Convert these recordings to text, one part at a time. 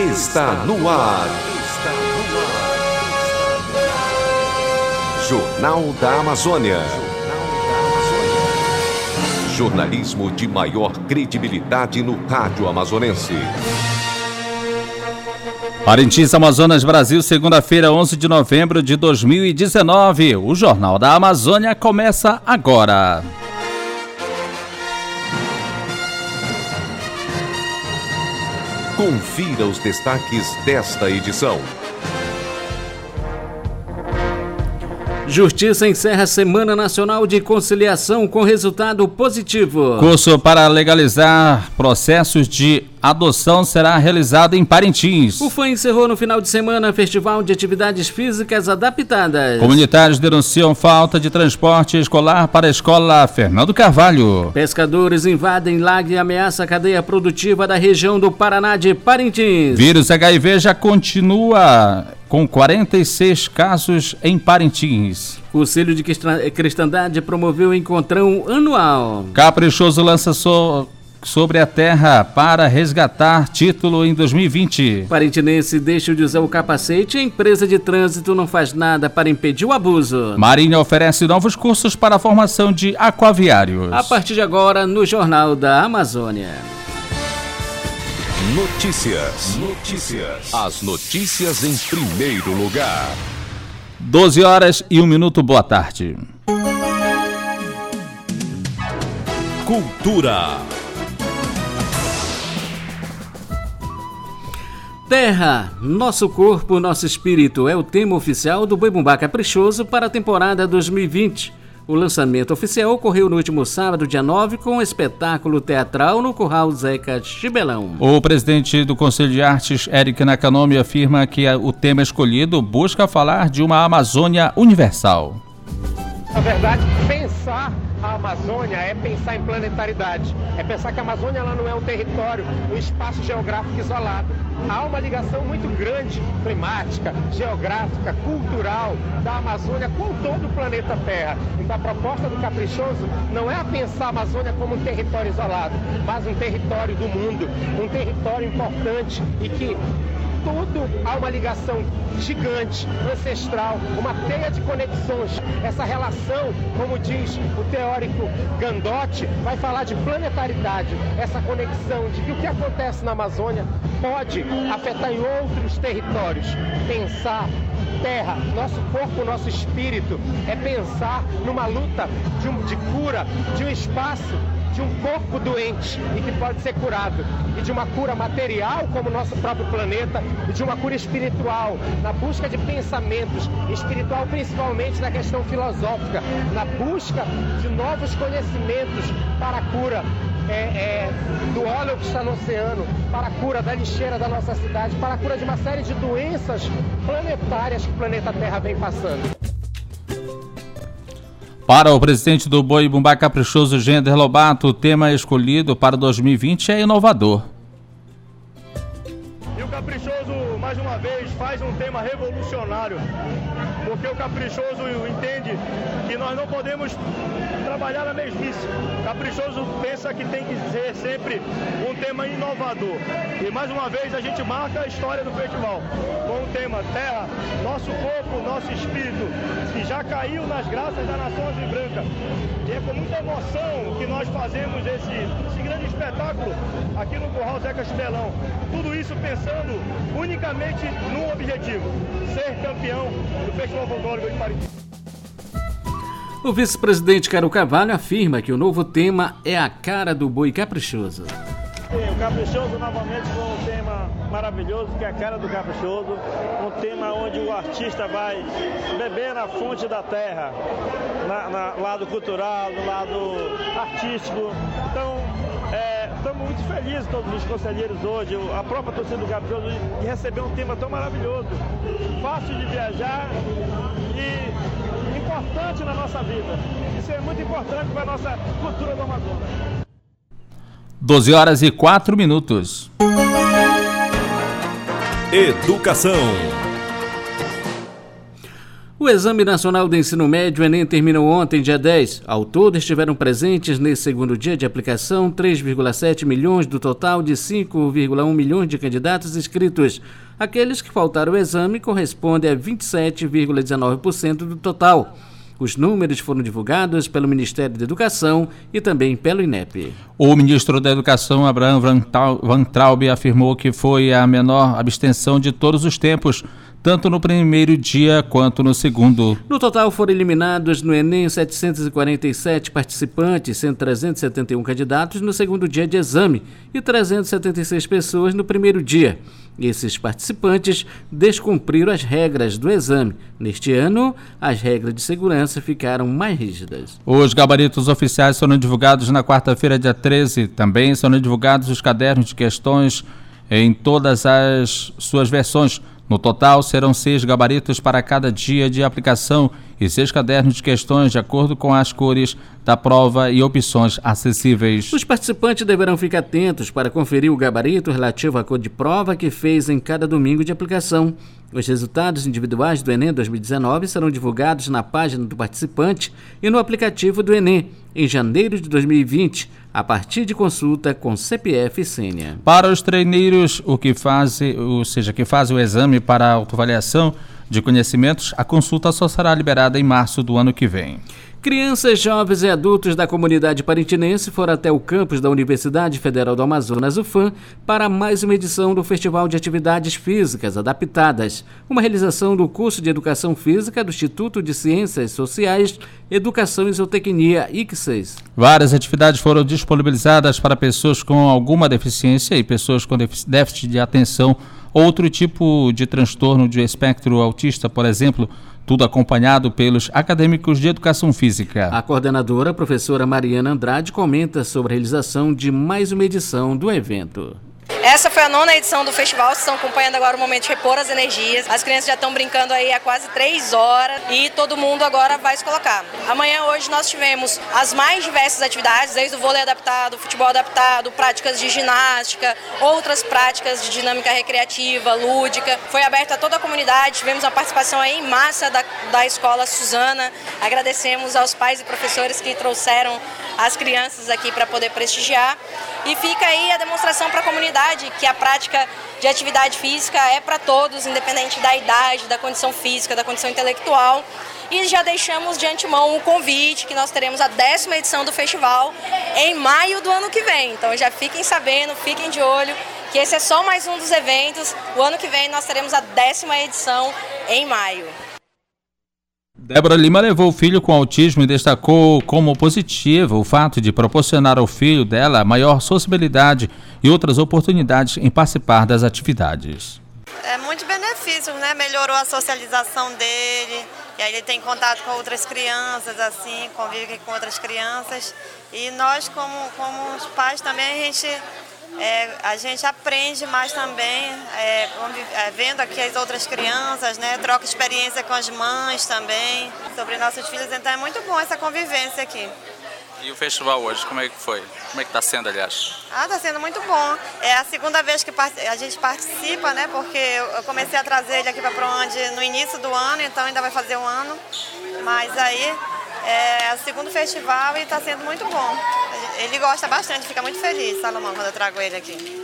está no ar. Jornal da Amazônia. Jornalismo de maior credibilidade no rádio amazonense. Parintins, Amazonas, Brasil, segunda-feira, 11 de novembro de 2019. O Jornal da Amazônia começa agora. Confira os destaques desta edição. Justiça encerra a Semana Nacional de Conciliação com resultado positivo. Curso para legalizar processos de adoção será realizado em Parintins. O FAM encerrou no final de semana Festival de Atividades Físicas Adaptadas. Comunitários denunciam falta de transporte escolar para a escola Fernando Carvalho. Pescadores invadem lago e ameaça a cadeia produtiva da região do Paraná de Parintins. Vírus HIV já continua com 46 casos em Parintins. O Conselho de Cristandade promoveu o encontrão anual. Caprichoso lança sobre a terra para resgatar título em 2020. Parintinense deixa de usar o capacete e a empresa de trânsito não faz nada para impedir o abuso. Marinha oferece novos cursos para a formação de aquaviários. A partir de agora, no Jornal da Amazônia. Notícias. As notícias em primeiro lugar. 12 horas e 1 minuto, boa tarde. Cultura. Terra, nosso corpo, nosso espírito é o tema oficial do Boi Bumbá Caprichoso para a temporada 2020. O lançamento oficial ocorreu no último sábado, dia 9, com um espetáculo teatral no Curral Zeca Chibelão. O presidente do Conselho de Artes, Eric Nakanomi, afirma que o tema escolhido busca falar de uma Amazônia universal. Na verdade, pensar a Amazônia é pensar em planetaridade. É pensar que a Amazônia ela não é um território, um espaço geográfico isolado. Há uma ligação muito grande, climática, geográfica, cultural, da Amazônia com todo o planeta Terra. Então a proposta do Caprichoso não é a pensar a Amazônia como um território isolado, mas um território do mundo, um território importante e que tudo há uma ligação gigante, ancestral, uma teia de conexões. Essa relação, como diz o teórico Gandotti, vai falar de planetaridade, essa conexão de que o que acontece na Amazônia pode afetar em outros territórios. Pensar terra, nosso corpo, nosso espírito, é pensar numa luta de cura, de um espaço, de um corpo doente e que pode ser curado, e de uma cura material como o nosso próprio planeta, e de uma cura espiritual, na busca de pensamentos, espiritual principalmente na questão filosófica, na busca de novos conhecimentos para a cura do óleo que está no oceano, para a cura da lixeira da nossa cidade, para a cura de uma série de doenças planetárias que o planeta Terra vem passando. Para o presidente do Boi Bumbá Caprichoso, Gender Lobato, o tema escolhido para 2020 é inovador. E o Caprichoso, mais uma vez, faz um tema revolucionário, porque o Caprichoso entende que nós não podemos trabalhar na mesmice. O Caprichoso pensa que tem que ser sempre um tema inovador. E mais uma vez a gente marca a história do festival com o tema Terra, nosso corpo, nosso espírito, que já caiu nas graças da nação azul e branca. E é com muita emoção que nós fazemos esse grande espetáculo aqui no Curral Zeca Chibelão. Tudo isso pensando unicamente num objetivo: ser campeão do Festival Folclórico de Parintins. O vice-presidente Caro Carvalho afirma que o novo tema é a cara do Boi Caprichoso. O Caprichoso novamente com um tema maravilhoso, que é a cara do Caprichoso, um tema onde o artista vai beber na fonte da terra, no lado cultural, no lado artístico. Então, estamos muito felizes, todos os conselheiros hoje, a própria torcida do Caprichoso, de receber um tema tão maravilhoso, fácil de viajar e importante na nossa vida. Isso é muito importante para a nossa cultura do Amazonas. 12 horas e 4 minutos. Educação. O Exame Nacional do Ensino Médio, Enem, terminou ontem, dia 10. Ao todo, estiveram presentes nesse segundo dia de aplicação 3,7 milhões do total de 5,1 milhões de candidatos inscritos. Aqueles que faltaram o exame correspondem a 27,19% do total. Os números foram divulgados pelo Ministério da Educação e também pelo INEP. O ministro da Educação, Abraham Van Traub, afirmou que foi a menor abstenção de todos os tempos, tanto no primeiro dia quanto no segundo. No total foram eliminados no Enem 747 participantes, sendo 371 candidatos no segundo dia de exame e 376 pessoas no primeiro dia. Esses participantes descumpriram as regras do exame. Neste ano, as regras de segurança ficaram mais rígidas. Os gabaritos oficiais foram divulgados na quarta-feira, dia 13. Também serão divulgados os cadernos de questões em todas as suas versões. No total, serão 6 gabaritos para cada dia de aplicação e 6 cadernos de questões de acordo com as cores da prova e opções acessíveis. Os participantes deverão ficar atentos para conferir o gabarito relativo à cor de prova que fez em cada domingo de aplicação. Os resultados individuais do Enem 2019 serão divulgados na página do participante e no aplicativo do Enem em janeiro de 2020, a partir de consulta com CPF e senha. Para os treineiros, que fazem o exame para autoavaliação de conhecimentos, a consulta só será liberada em março do ano que vem. Crianças, jovens e adultos da comunidade parintinense foram até o campus da Universidade Federal do Amazonas, UFAM, para mais uma edição do Festival de Atividades Físicas Adaptadas, uma realização do curso de Educação Física do Instituto de Ciências Sociais, Educação e Zootecnia, ICSES. Várias atividades foram disponibilizadas para pessoas com alguma deficiência e pessoas com déficit de atenção, outro tipo de transtorno de espectro autista, por exemplo, tudo acompanhado pelos acadêmicos de educação física. A coordenadora, professora Mariana Andrade, comenta sobre a realização de mais uma edição do evento. Essa foi a 9ª edição do festival, vocês estão acompanhando agora o momento de repor as energias. As crianças já estão brincando aí há quase 3 horas e todo mundo agora vai se colocar. Amanhã, hoje, nós tivemos as mais diversas atividades, desde o vôlei adaptado, futebol adaptado, práticas de ginástica, outras práticas de dinâmica recreativa, lúdica. Foi aberto a toda a comunidade, tivemos uma participação aí em massa da escola Suzana. Agradecemos aos pais e professores que trouxeram as crianças aqui para poder prestigiar. E fica aí a demonstração para a comunidade que a prática de atividade física é para todos, independente da idade, da condição física, da condição intelectual. E já deixamos de antemão o convite que nós teremos a 10ª edição do festival em maio do ano que vem. Então já fiquem sabendo, fiquem de olho, que esse é só mais um dos eventos. O ano que vem nós teremos a 10ª edição em maio. Débora Lima levou o filho com autismo e destacou como positivo o fato de proporcionar ao filho dela maior sociabilidade e outras oportunidades em participar das atividades. É muito benefício, né? Melhorou a socialização dele, e aí ele tem contato com outras crianças, assim, convive com outras crianças. E nós, como os pais, também a gente aprende mais também, vendo aqui as outras crianças, né? Troca experiência com as mães também, sobre nossos filhos, então é muito bom essa convivência aqui. E o festival hoje, como é que foi? Como é que está sendo, aliás? Está sendo muito bom. É a segunda vez que a gente participa, né? Porque eu comecei a trazer ele aqui para Proande no início do ano, então ainda vai fazer um ano. Mas aí é o segundo festival e está sendo muito bom. Ele gosta bastante, fica muito feliz, Salomão, quando eu trago ele aqui.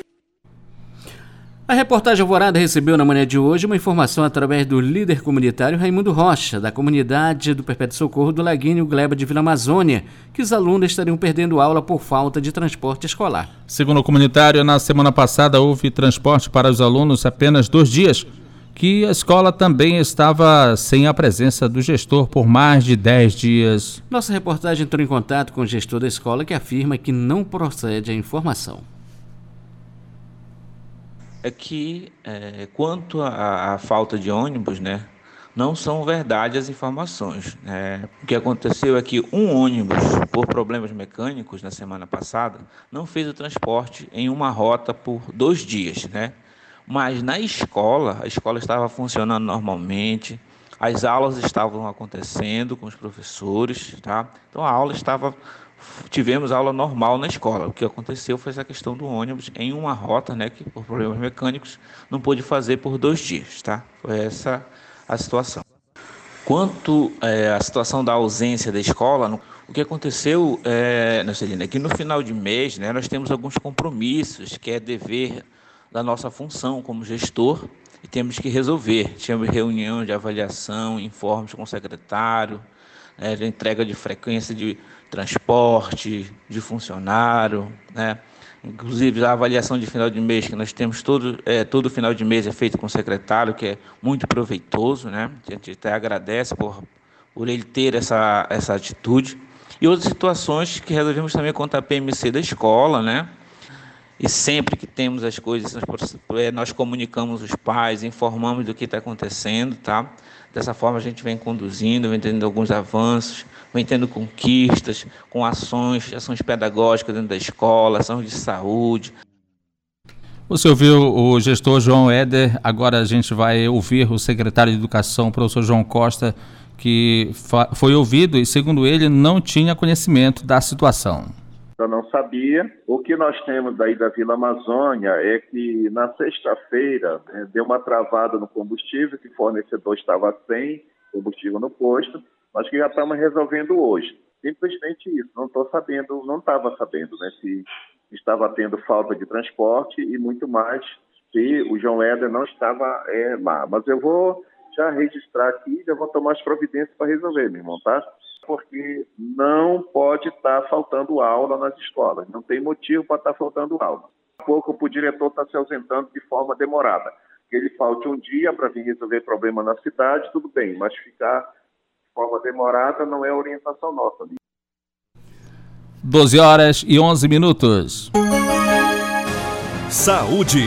A reportagem Alvorada recebeu na manhã de hoje uma informação através do líder comunitário Raimundo Rocha, da comunidade do Perpétuo Socorro do Laguinho Gleba de Vila Amazônia, que os alunos estariam perdendo aula por falta de transporte escolar. Segundo o comunitário, na semana passada houve transporte para os alunos apenas 2 dias, que a escola também estava sem a presença do gestor por mais de 10 dias. Nossa reportagem entrou em contato com o gestor da escola, que afirma que não procede a informação. É que, quanto à falta de ônibus, né, não são verdade as informações. O que aconteceu é que um ônibus, por problemas mecânicos na semana passada, não fez o transporte em uma rota por 2 dias, né? Mas na escola, a escola estava funcionando normalmente, as aulas estavam acontecendo com os professores, tá? Então tivemos aula normal na escola. O que aconteceu foi essa questão do ônibus em uma rota, né, que por problemas mecânicos não pôde fazer por 2 dias, tá? Foi essa a situação. Quanto à situação da ausência da escola, o que aconteceu, Celina, é que no final de mês, né, nós temos alguns compromissos, que é dever da nossa função como gestor, e temos que resolver. Tínhamos reunião de avaliação, informes com o secretário, de entrega de frequência de transporte, de funcionário, né? Inclusive a avaliação de final de mês, que nós temos todo final de mês é feito com o secretário, que é muito proveitoso, né? A gente até agradece por ele ter essa atitude. E outras situações que resolvemos também contra a PMC da escola, né? E sempre que temos as coisas, nós comunicamos os pais, informamos do que está acontecendo, tá? Dessa forma a gente vem conduzindo, vem tendo alguns avanços, vem tendo conquistas, com ações pedagógicas dentro da escola, ações de saúde. Você ouviu o gestor João Éder, agora a gente vai ouvir o secretário de Educação, o professor João Costa, que foi ouvido e, segundo ele, não tinha conhecimento da situação. Eu não sabia. O que nós temos daí da Vila Amazônia é que na sexta-feira deu uma travada no combustível, que o fornecedor estava sem combustível no posto, mas que já estamos resolvendo hoje. Simplesmente isso. Não estava sabendo, né, se estava tendo falta de transporte e muito mais se o João Éder não estava lá. Mas eu vou já registrar aqui e já vou tomar as providências para resolver, meu irmão, tá? Porque não pode estar faltando aula nas escolas. Não tem motivo para estar faltando aula. Pouco para o diretor estar se ausentando de forma demorada. Que ele falte um dia para vir resolver problema na cidade, tudo bem, mas ficar de forma demorada não é orientação nossa. 12h11. Saúde.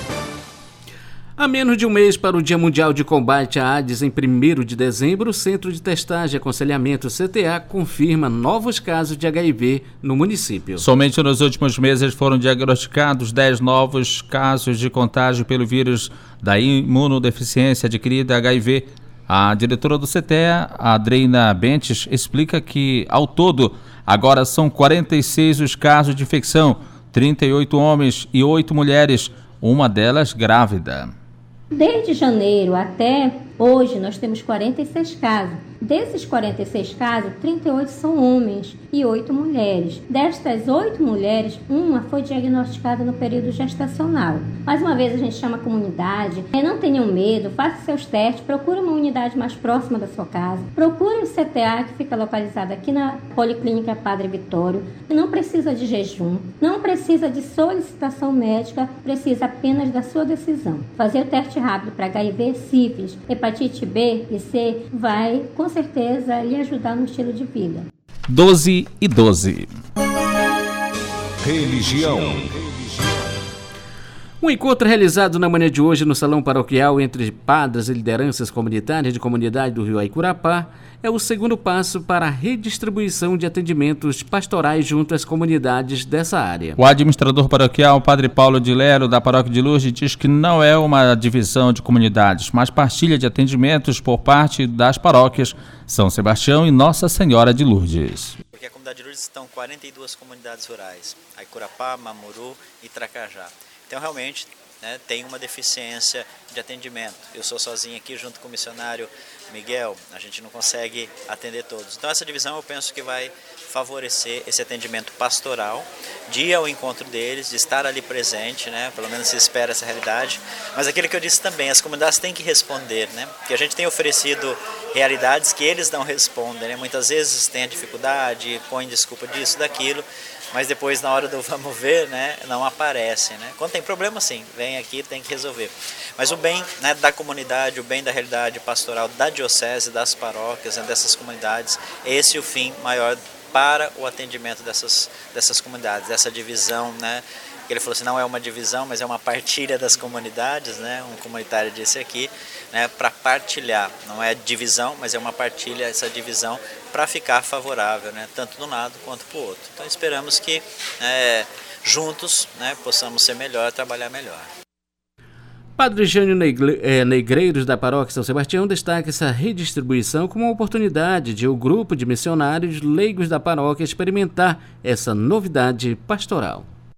A menos de um mês para o Dia Mundial de Combate à AIDS, em 1º de dezembro, o Centro de Testagem e Aconselhamento CTA confirma novos casos de HIV no município. Somente nos últimos meses foram diagnosticados 10 novos casos de contágio pelo vírus da imunodeficiência adquirida HIV. A diretora do CTA, Adriana Bentes, explica que, ao todo, agora são 46 os casos de infecção, 38 homens e 8 mulheres, uma delas grávida. Desde janeiro até hoje, nós temos 46 casos. Desses 46 casos, 38 são homens e 8 mulheres. Destas 8 mulheres, uma foi diagnosticada no período gestacional. Mais uma vez, a gente chama a comunidade. Não tenham medo, façam seus testes, procure uma unidade mais próxima da sua casa. Procure o CTA, que fica localizado aqui na Policlínica Padre Vitório. Não precisa de jejum, não precisa de solicitação médica, precisa apenas da sua decisão. Fazer o teste rápido para HIV, sífilis, hepatite B e C vai, com certeza, lhe ajudar no estilo de vida. 12h12. Religião. Um encontro realizado na manhã de hoje no Salão Paroquial entre padres e lideranças comunitárias de comunidade do Rio Aicurapá é o segundo passo para a redistribuição de atendimentos pastorais junto às comunidades dessa área. O administrador paroquial, Padre Paulo de Lero, da Paróquia de Lourdes, diz que não é uma divisão de comunidades, mas partilha de atendimentos por parte das paróquias São Sebastião e Nossa Senhora de Lourdes. Porque a comunidade de Lourdes estão 42 comunidades rurais, Aicurapá, Mamuru e Tracajá. Então, realmente, tem uma deficiência de atendimento. Eu sou sozinho aqui junto com o missionário Miguel, a gente não consegue atender todos. Então, essa divisão eu penso que vai favorecer esse atendimento pastoral, de ir ao encontro deles, de estar ali presente, pelo menos se espera essa realidade. Mas aquilo que eu disse também, as comunidades têm que responder, porque a gente tem oferecido realidades que eles não respondem. Muitas vezes tem a dificuldade, põe desculpa disso, daquilo, mas depois na hora do vamos ver, não aparece. Quando tem problema, sim, vem aqui, tem que resolver. Mas o bem da comunidade, o bem da realidade pastoral da diocese, das paróquias, dessas comunidades, esse é o fim maior para o atendimento dessas comunidades, dessa divisão, Ele falou assim, não é uma divisão, mas é uma partilha das comunidades, Um comunitário disse aqui, para partilhar, não é divisão, mas é uma partilha, essa divisão, para ficar favorável, tanto de um lado quanto para o outro. Então esperamos que juntos possamos ser melhor, trabalhar melhor. Padre Jânio Negreiros, da Paróquia São Sebastião, destaca essa redistribuição como uma oportunidade de o grupo de missionários leigos da paróquia experimentar essa novidade pastoral.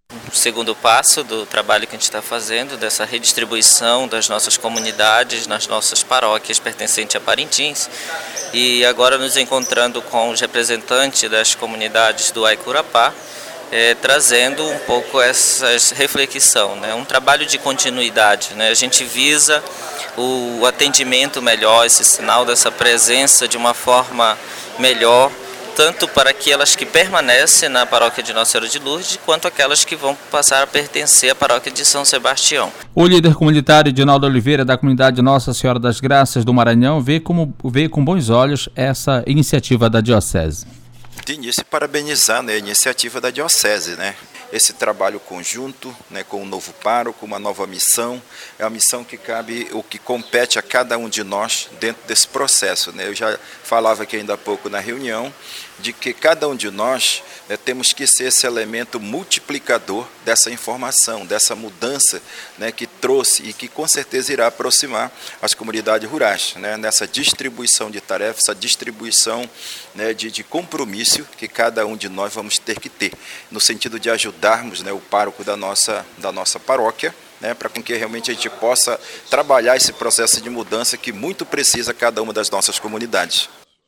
O segundo passo do trabalho que a gente está fazendo, dessa redistribuição das nossas comunidades, nas nossas paróquias pertencentes a Parintins, e agora nos encontrando com os representantes das comunidades do Aicurapá, trazendo um pouco essa reflexão, né? Um trabalho de continuidade, né? A gente visa o atendimento melhor, esse sinal dessa presença de uma forma melhor, tanto para aquelas que permanecem na paróquia de Nossa Senhora de Lourdes, quanto aquelas que vão passar a pertencer à paróquia de São Sebastião. O líder comunitário Edinaldo Oliveira, da comunidade Nossa Senhora das Graças do Maranhão, vê com bons olhos essa iniciativa da Diocese. De início, parabenizar, né, a iniciativa da Diocese, né? Esse trabalho conjunto, né, com um novo pároco, uma nova missão, é uma missão que cabe, o que compete a cada um de nós dentro desse processo, né? Eu já falava aqui ainda há pouco na reunião, de que cada um de nós, né, temos que ser esse elemento multiplicador dessa informação, dessa mudança, né, que trouxe e que com certeza irá aproximar as comunidades rurais, né, nessa distribuição de tarefas, essa distribuição, né, de compromisso que cada um de nós vamos ter que ter, no sentido de ajudarmos, né, o pároco da nossa paróquia, né, para que realmente a gente possa trabalhar esse processo de mudança que muito precisa cada uma das nossas comunidades.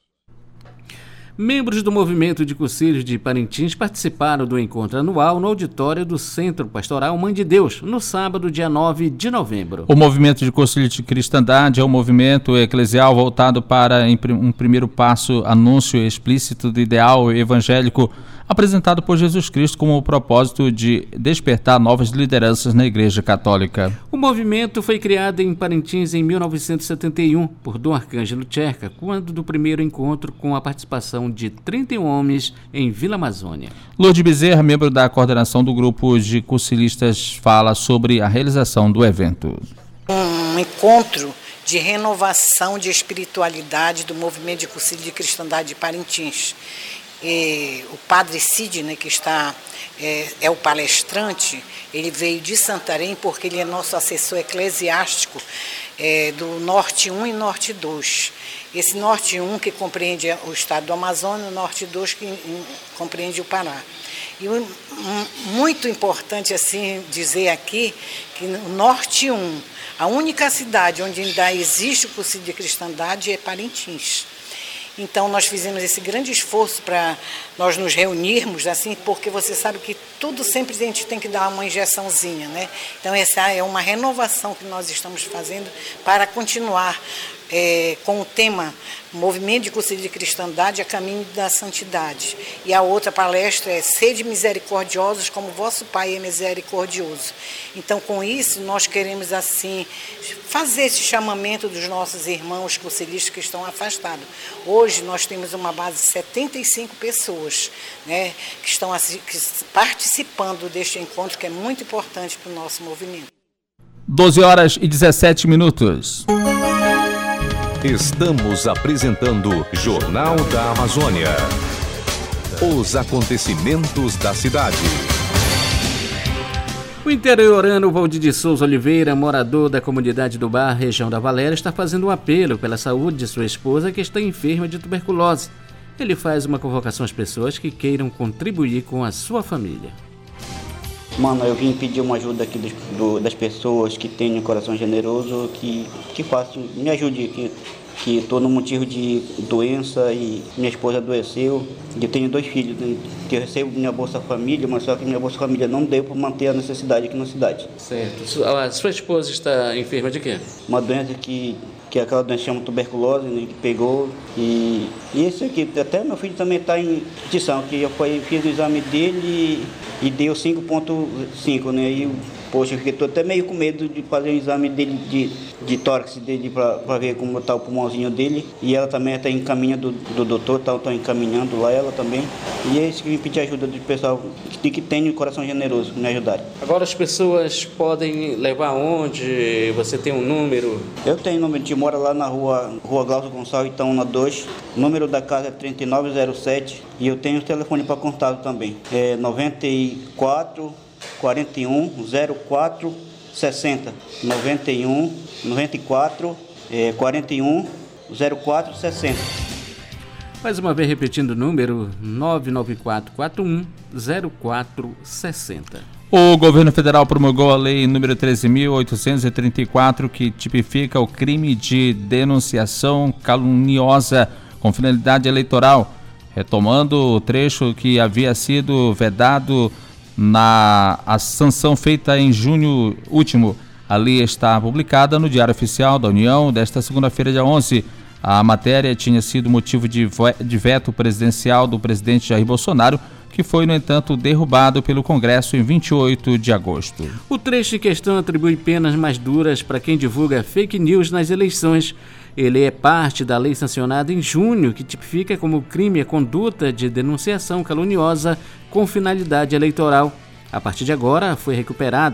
Membros do movimento de Conselhos de Parintins participaram do encontro anual no auditório do Centro Pastoral Mãe de Deus, no sábado, dia 9 de novembro. O movimento de Conselhos de Cristandade é um movimento eclesial voltado para, em um primeiro passo, anúncio explícito do ideal evangélico apresentado por Jesus Cristo com o propósito de despertar novas lideranças na Igreja Católica. O movimento foi criado em Parintins em 1971 por Dom Arcângelo Tcherka, quando do primeiro encontro com a participação de 31 homens em Vila Amazônia. Lourdes Bezerra, membro da coordenação do grupo de conciliistas, fala sobre a realização do evento. Um encontro de renovação de espiritualidade do movimento de concílio de cristandade de Parintins. O padre Cid, né, que é o palestrante, ele veio de Santarém porque ele é nosso assessor eclesiástico do Norte 1 e Norte 2. Esse Norte 1 que compreende o estado do Amazonas, o Norte 2 que compreende o Pará. E muito importante assim dizer aqui que o Norte 1, a única cidade onde ainda existe o concílio de cristandade é Parintins. Então nós fizemos esse grande esforço para nós nos reunirmos, assim, porque você sabe que tudo sempre a gente tem que dar uma injeçãozinha, né? Então essa é uma renovação que nós estamos fazendo para continuar com o tema Movimento de Conselho de Cristandade a Caminho da Santidade. E a outra palestra é Sede misericordiosos como vosso Pai é misericordioso. Então, com isso, nós queremos, assim, fazer esse chamamento dos nossos irmãos conselhistas que estão afastados. Hoje, nós temos uma base de 75 pessoas, né, que estão participando deste encontro, que é muito importante para o nosso movimento. 12 horas e 17 minutos. Estamos apresentando Jornal da Amazônia. Os acontecimentos da cidade. O interiorano Valdir de Souza Oliveira, morador da comunidade do Bar, região da Valéria, está fazendo um apelo pela saúde de sua esposa que está enferma de tuberculose. Ele faz uma convocação às pessoas que queiram contribuir com a sua família. Mano, eu vim pedir uma ajuda aqui das pessoas que têm um coração generoso, que façam, me ajude, que estou no motivo de doença e minha esposa adoeceu. Eu tenho 2 filhos, né, que eu recebo minha Bolsa Família, mas só que minha Bolsa Família não deu para manter a necessidade aqui na cidade. Certo. A sua esposa está enferma de quê? Uma doença que é aquela doença que chama tuberculose, né, que pegou. E esse aqui, até meu filho também está em petição, que eu fiz o exame dele e deu 5,5, né? E, poxa, eu estou até meio com medo de fazer o exame dele de tórax dele para ver como está o pulmãozinho dele. E ela também está encaminhando do doutor, está encaminhando lá ela também. E é isso que eu vim pedir ajuda do pessoal que tem um coração generoso, me ajudarem. Agora as pessoas podem levar onde? Você tem um número? Eu tenho número, a gente mora lá na rua Glaucio Gonçalves, Itaúna 2. O número da casa é 3907 e eu tenho o telefone para contato também. É 94 41 04 60 94 41 04 60. Mais uma vez repetindo o número 994 41 04 60. O governo federal promulgou a lei número 13.834, que tipifica o crime de denunciação caluniosa com finalidade eleitoral, retomando o trecho que havia sido vedado na sanção feita em junho último. A lei está publicada no Diário Oficial da União desta segunda-feira, dia 11. A matéria tinha sido motivo de veto presidencial do presidente Jair Bolsonaro, que foi, no entanto, derrubado pelo Congresso em 28 de agosto. O trecho em questão atribui penas mais duras para quem divulga fake news nas eleições. Ele é parte da lei sancionada em junho, que tipifica como crime a conduta de denunciação caluniosa com finalidade eleitoral. A partir de agora foi recuperada,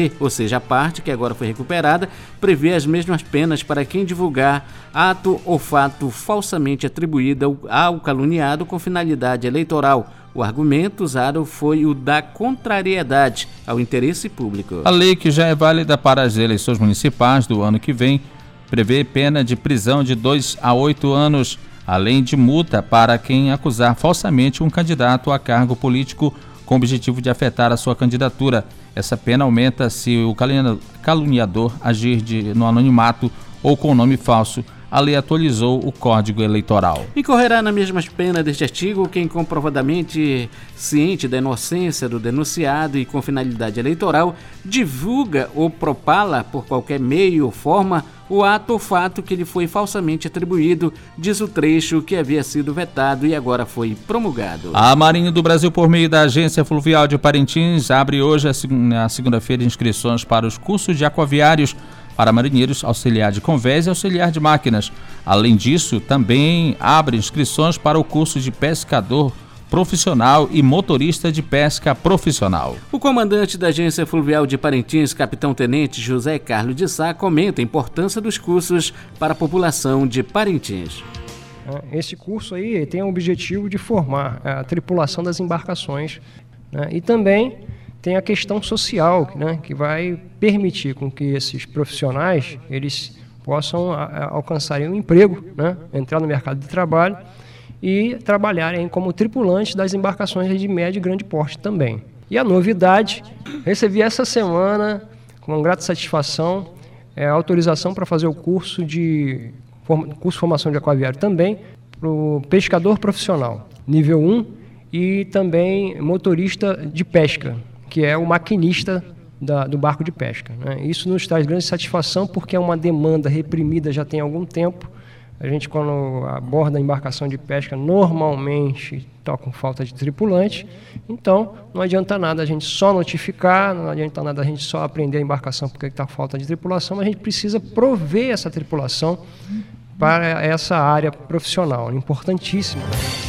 a parte que agora foi recuperada, prevê as mesmas penas para quem divulgar ato ou fato falsamente atribuído ao caluniado com finalidade eleitoral. O argumento usado foi o da contrariedade ao interesse público. A lei, que já é válida para as eleições municipais do ano que vem, prevê pena de prisão de 2 a 8 anos, além de multa para quem acusar falsamente um candidato a cargo político com o objetivo de afetar a sua candidatura. Essa pena aumenta se o caluniador agir no anonimato ou com nome falso. A lei atualizou o Código Eleitoral. Incorrerá na mesma pena deste artigo quem, comprovadamente ciente da inocência do denunciado e com finalidade eleitoral, divulga ou propala por qualquer meio ou forma o ato ou fato que lhe foi falsamente atribuído, diz o trecho que havia sido vetado e agora foi promulgado. A Marinha do Brasil, por meio da Agência Fluvial de Parintins, abre hoje, na segunda-feira, inscrições para os cursos de aquaviários para marinheiros, auxiliar de convés e auxiliar de máquinas. Além disso, também abre inscrições para o curso de pescador profissional e motorista de pesca profissional. O comandante da Agência Fluvial de Parintins, capitão-tenente José Carlos de Sá, comenta a importância dos cursos para a população de Parintins. Esse curso aí tem o objetivo de formar a tripulação das embarcações, né? E também tem a questão social, né, que vai permitir com que esses profissionais eles possam alcançarem um emprego, né, entrar no mercado de trabalho e trabalharem como tripulantes das embarcações de médio e grande porte também. E a novidade, recebi essa semana, com grata satisfação, a autorização para fazer o curso de formação de aquaviário também para o pescador profissional, nível 1, e também motorista de pesca, que é o maquinista do barco de pesca, né? Isso nos traz grande satisfação porque é uma demanda reprimida já tem algum tempo. A gente, quando aborda a embarcação de pesca, normalmente está com falta de tripulante. Então, não adianta nada a gente só notificar, não adianta nada a gente só aprender a embarcação porque está falta de tripulação, mas a gente precisa prover essa tripulação para essa área profissional, importantíssima.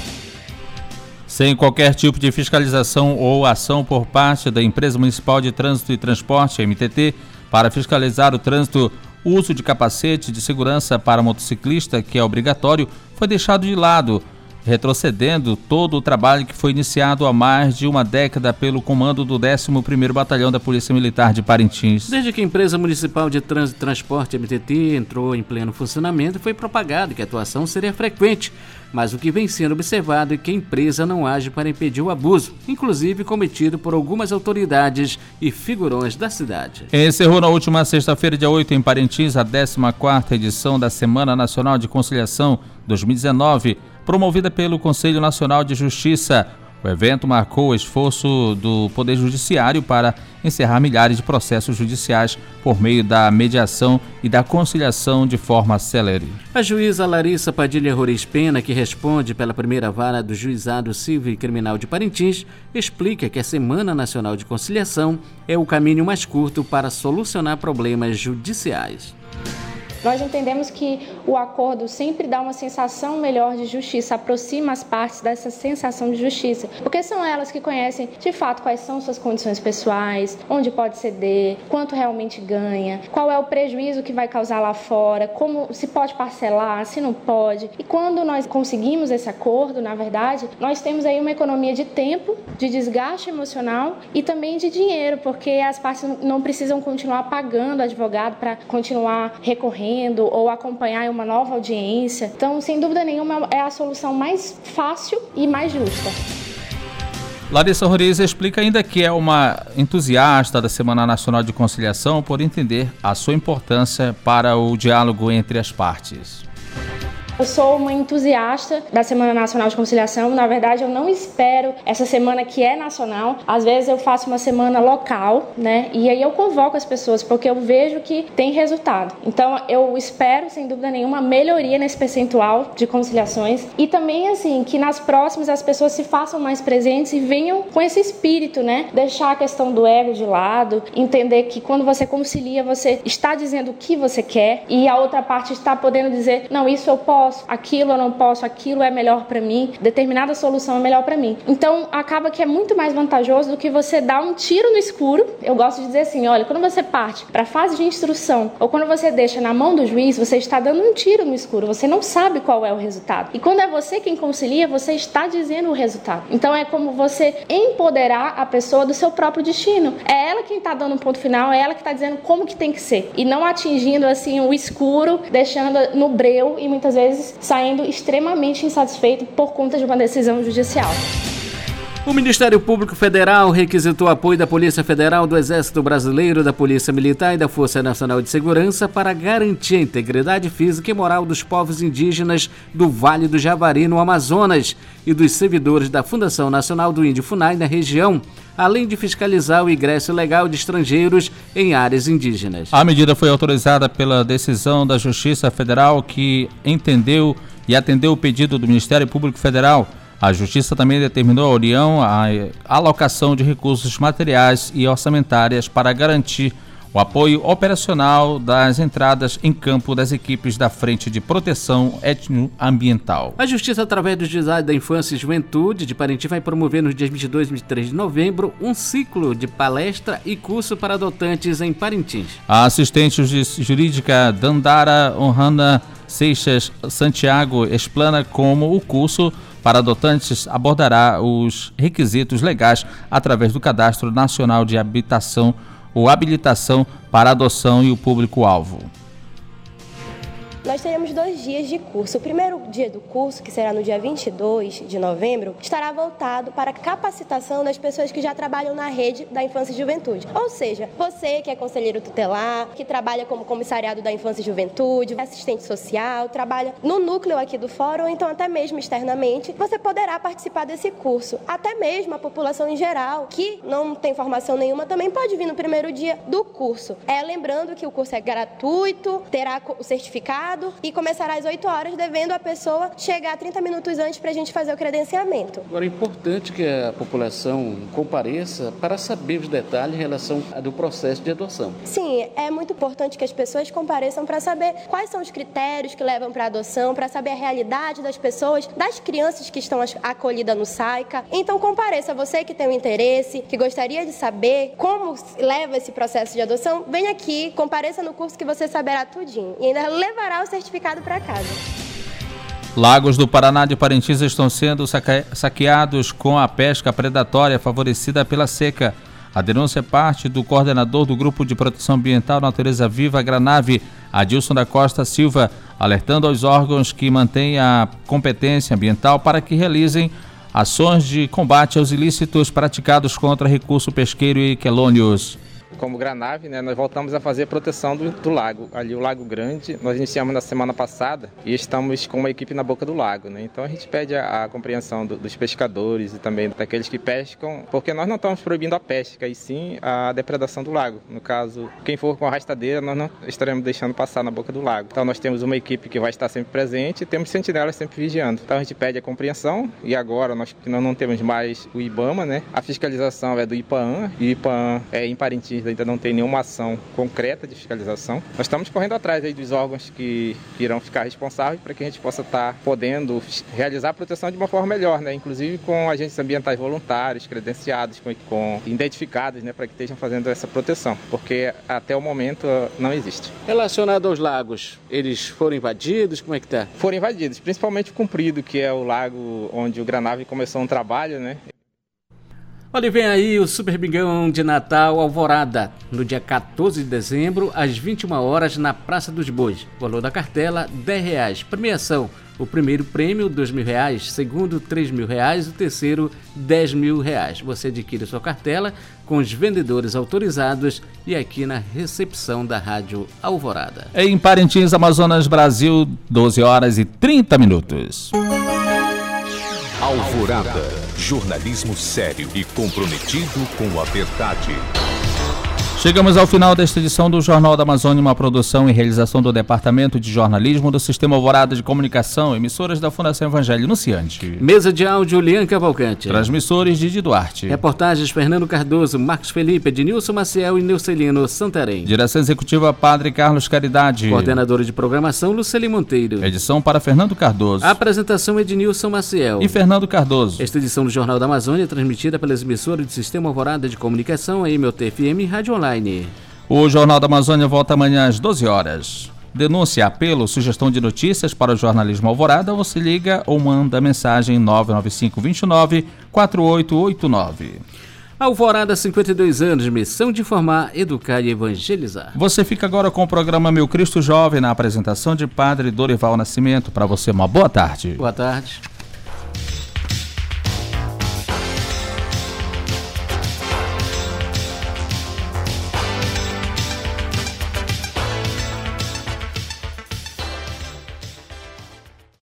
Sem qualquer tipo de fiscalização ou ação por parte da Empresa Municipal de Trânsito e Transporte, MTT, para fiscalizar o trânsito, o uso de capacete de segurança para motociclista, que é obrigatório, foi deixado de lado, retrocedendo todo o trabalho que foi iniciado há mais de uma década pelo comando do 11º Batalhão da Polícia Militar de Parintins. Desde que a Empresa Municipal de Trânsito e Transporte, MTT, entrou em pleno funcionamento, foi propagado que a atuação seria frequente, mas o que vem sendo observado é que a empresa não age para impedir o abuso, inclusive cometido por algumas autoridades e figurões da cidade. Encerrou na última sexta-feira, dia 8, em Parintins, a 14ª edição da Semana Nacional de Conciliação 2019, promovida pelo Conselho Nacional de Justiça. O evento marcou o esforço do Poder Judiciário para encerrar milhares de processos judiciais por meio da mediação e da conciliação de forma célere. A juíza Larissa Padilha Roriz Pena, que responde pela primeira vara do Juizado Civil e Criminal de Parintins, explica que a Semana Nacional de Conciliação é o caminho mais curto para solucionar problemas judiciais. Nós entendemos que o acordo sempre dá uma sensação melhor de justiça, aproxima as partes dessa sensação de justiça, porque são elas que conhecem de fato quais são suas condições pessoais, onde pode ceder, quanto realmente ganha, qual é o prejuízo que vai causar lá fora, como se pode parcelar, se não pode. E quando nós conseguimos esse acordo, na verdade, nós temos aí uma economia de tempo, de desgaste emocional e também de dinheiro, porque as partes não precisam continuar pagando advogado para continuar recorrendo ou acompanhar uma nova audiência. Então, sem dúvida nenhuma, é a solução mais fácil e mais justa. Larissa Roriz explica ainda que é uma entusiasta da Semana Nacional de Conciliação por entender a sua importância para o diálogo entre as partes. Eu sou uma entusiasta da Semana Nacional de Conciliação. Na verdade, eu não espero essa semana que é nacional. Às vezes eu faço uma semana local, né? E aí eu convoco as pessoas, porque eu vejo que tem resultado. Então, eu espero, sem dúvida nenhuma, melhoria nesse percentual de conciliações. E também, assim, que nas próximas as pessoas se façam mais presentes e venham com esse espírito, né? Deixar a questão do ego de lado, entender que quando você concilia, você está dizendo o que você quer e a outra parte está podendo dizer, não, isso eu posso, aquilo eu não posso, aquilo é melhor para mim, determinada solução é melhor para mim. Então, acaba que é muito mais vantajoso do que você dar um tiro no escuro. Eu gosto de dizer assim, olha, quando você parte para a fase de instrução ou quando você deixa na mão do juiz, você está dando um tiro no escuro, você não sabe qual é o resultado. E quando é você quem concilia, você está dizendo o resultado. Então, é como você empoderar a pessoa do seu próprio destino. É ela quem está dando um ponto final, é ela que está dizendo como que tem que ser. E não atingindo, assim, o escuro, deixando no breu e muitas vezes saindo extremamente insatisfeito por conta de uma decisão judicial. O Ministério Público Federal requisitou apoio da Polícia Federal, do Exército Brasileiro, da Polícia Militar e da Força Nacional de Segurança para garantir a integridade física e moral dos povos indígenas do Vale do Javari, no Amazonas, e dos servidores da Fundação Nacional do Índio FUNAI na região, além de fiscalizar o ingresso legal de estrangeiros em áreas indígenas. A medida foi autorizada pela decisão da Justiça Federal, que entendeu e atendeu o pedido do Ministério Público Federal. A Justiça também determinou à União a alocação de recursos materiais e orçamentárias para garantir o apoio operacional das entradas em campo das equipes da Frente de Proteção Étnico-Ambiental. A Justiça, através do Juizado da Infância e Juventude de Parintins, vai promover nos dias 22 e 23 de novembro um ciclo de palestra e curso para adotantes em Parintins. A assistente jurídica Dandara Ohana Seixas Santiago explana como o curso para adotantes abordará os requisitos legais através do Cadastro Nacional de Habitação ou habilitação para adoção e o público-alvo. Nós teremos 2 dias de curso. O primeiro dia do curso, que será no dia 22 de novembro, estará voltado para a capacitação das pessoas que já trabalham na rede da infância e juventude. Ou seja, você que é conselheiro tutelar, que trabalha como comissariado da infância e juventude, assistente social, trabalha no núcleo aqui do fórum, ou então até mesmo externamente, você poderá participar desse curso. Até mesmo a população em geral, que não tem formação nenhuma, também pode vir no primeiro dia do curso. Lembrando que o curso é gratuito, terá o certificado e começará às 8 horas, devendo a pessoa chegar 30 minutos antes para a gente fazer o credenciamento. Agora, é importante que a população compareça para saber os detalhes em relação ao processo de adoção. Sim, é muito importante que as pessoas compareçam para saber quais são os critérios que levam para a adoção, para saber a realidade das pessoas, das crianças que estão acolhidas no SAICA. Então, compareça, você que tem um interesse, que gostaria de saber como leva esse processo de adoção, venha aqui, compareça no curso que você saberá tudinho e ainda levará o certificado para casa. Lagos do Paraná de Parintins estão sendo saqueados com a pesca predatória favorecida pela seca. A denúncia é parte do coordenador do Grupo de Proteção Ambiental Natureza Viva, Granave, Adilson da Costa Silva, alertando aos órgãos que mantêm a competência ambiental para que realizem ações de combate aos ilícitos praticados contra recurso pesqueiro e quelônios. Como Granave, nós voltamos a fazer proteção do lago, ali o Lago Grande. Nós iniciamos na semana passada e estamos com uma equipe na boca do lago, Então a gente pede a compreensão dos pescadores e também daqueles que pescam, porque nós não estamos proibindo a pesca, e sim a depredação do lago. No caso, quem for com a arrastadeira, nós não estaremos deixando passar na boca do lago. Então nós temos uma equipe que vai estar sempre presente e temos sentinelas sempre vigiando. Então a gente pede a compreensão, e agora nós não temos mais o IBAMA, A fiscalização é do IPAAN, e o IPAAN é em Parintins, ainda não tem nenhuma ação concreta de fiscalização. Nós estamos correndo atrás aí dos órgãos que irão ficar responsáveis para que a gente possa estar podendo realizar a proteção de uma forma melhor, inclusive com agentes ambientais voluntários, credenciados, com identificados, para que estejam fazendo essa proteção, porque até o momento não existe. Relacionado aos lagos, eles foram invadidos? Como é que está? Foram invadidos, principalmente o Comprido, que é o lago onde o Granave começou um trabalho, Olha, vem aí o Super Bingão de Natal Alvorada, no dia 14 de dezembro, às 21 horas, na Praça dos Bois. Valor da cartela, R$10. Premiação, O primeiro prêmio, R$2.000, segundo, R$3.000, o terceiro, R$10.000. Você adquire sua cartela com os vendedores autorizados e aqui na recepção da Rádio Alvorada. Em Parintins, Amazonas, Brasil, 12h30. Alvorada, jornalismo sério e comprometido com a verdade. Chegamos ao final desta edição do Jornal da Amazônia, uma produção e realização do Departamento de Jornalismo do Sistema Alvorada de Comunicação, emissoras da Fundação Evangelho Anunciante. Mesa de áudio, Lian Cavalcante. Transmissores, Didi Duarte. Reportagens, Fernando Cardoso, Marcos Felipe, Ednilson Maciel e Neucelino Santarém. Direção Executiva, Padre Carlos Caridade. Coordenadora de Programação, Luceli Monteiro. Edição para Fernando Cardoso. Apresentação, Ednilson Maciel e Fernando Cardoso. Esta edição do Jornal da Amazônia é transmitida pelas emissoras do Sistema Alvorada de Comunicação, a MOT-FM e Rádio Online. O Jornal da Amazônia volta amanhã às 12h. Denúncia, apelo, sugestão de notícias para o jornalismo Alvorada, você liga ou manda mensagem 995-29-4889. Alvorada, 52 anos, missão de informar, educar e evangelizar. Você fica agora com o programa Meu Cristo Jovem, na apresentação de Padre Dorival Nascimento. Para você, uma boa tarde. Boa tarde.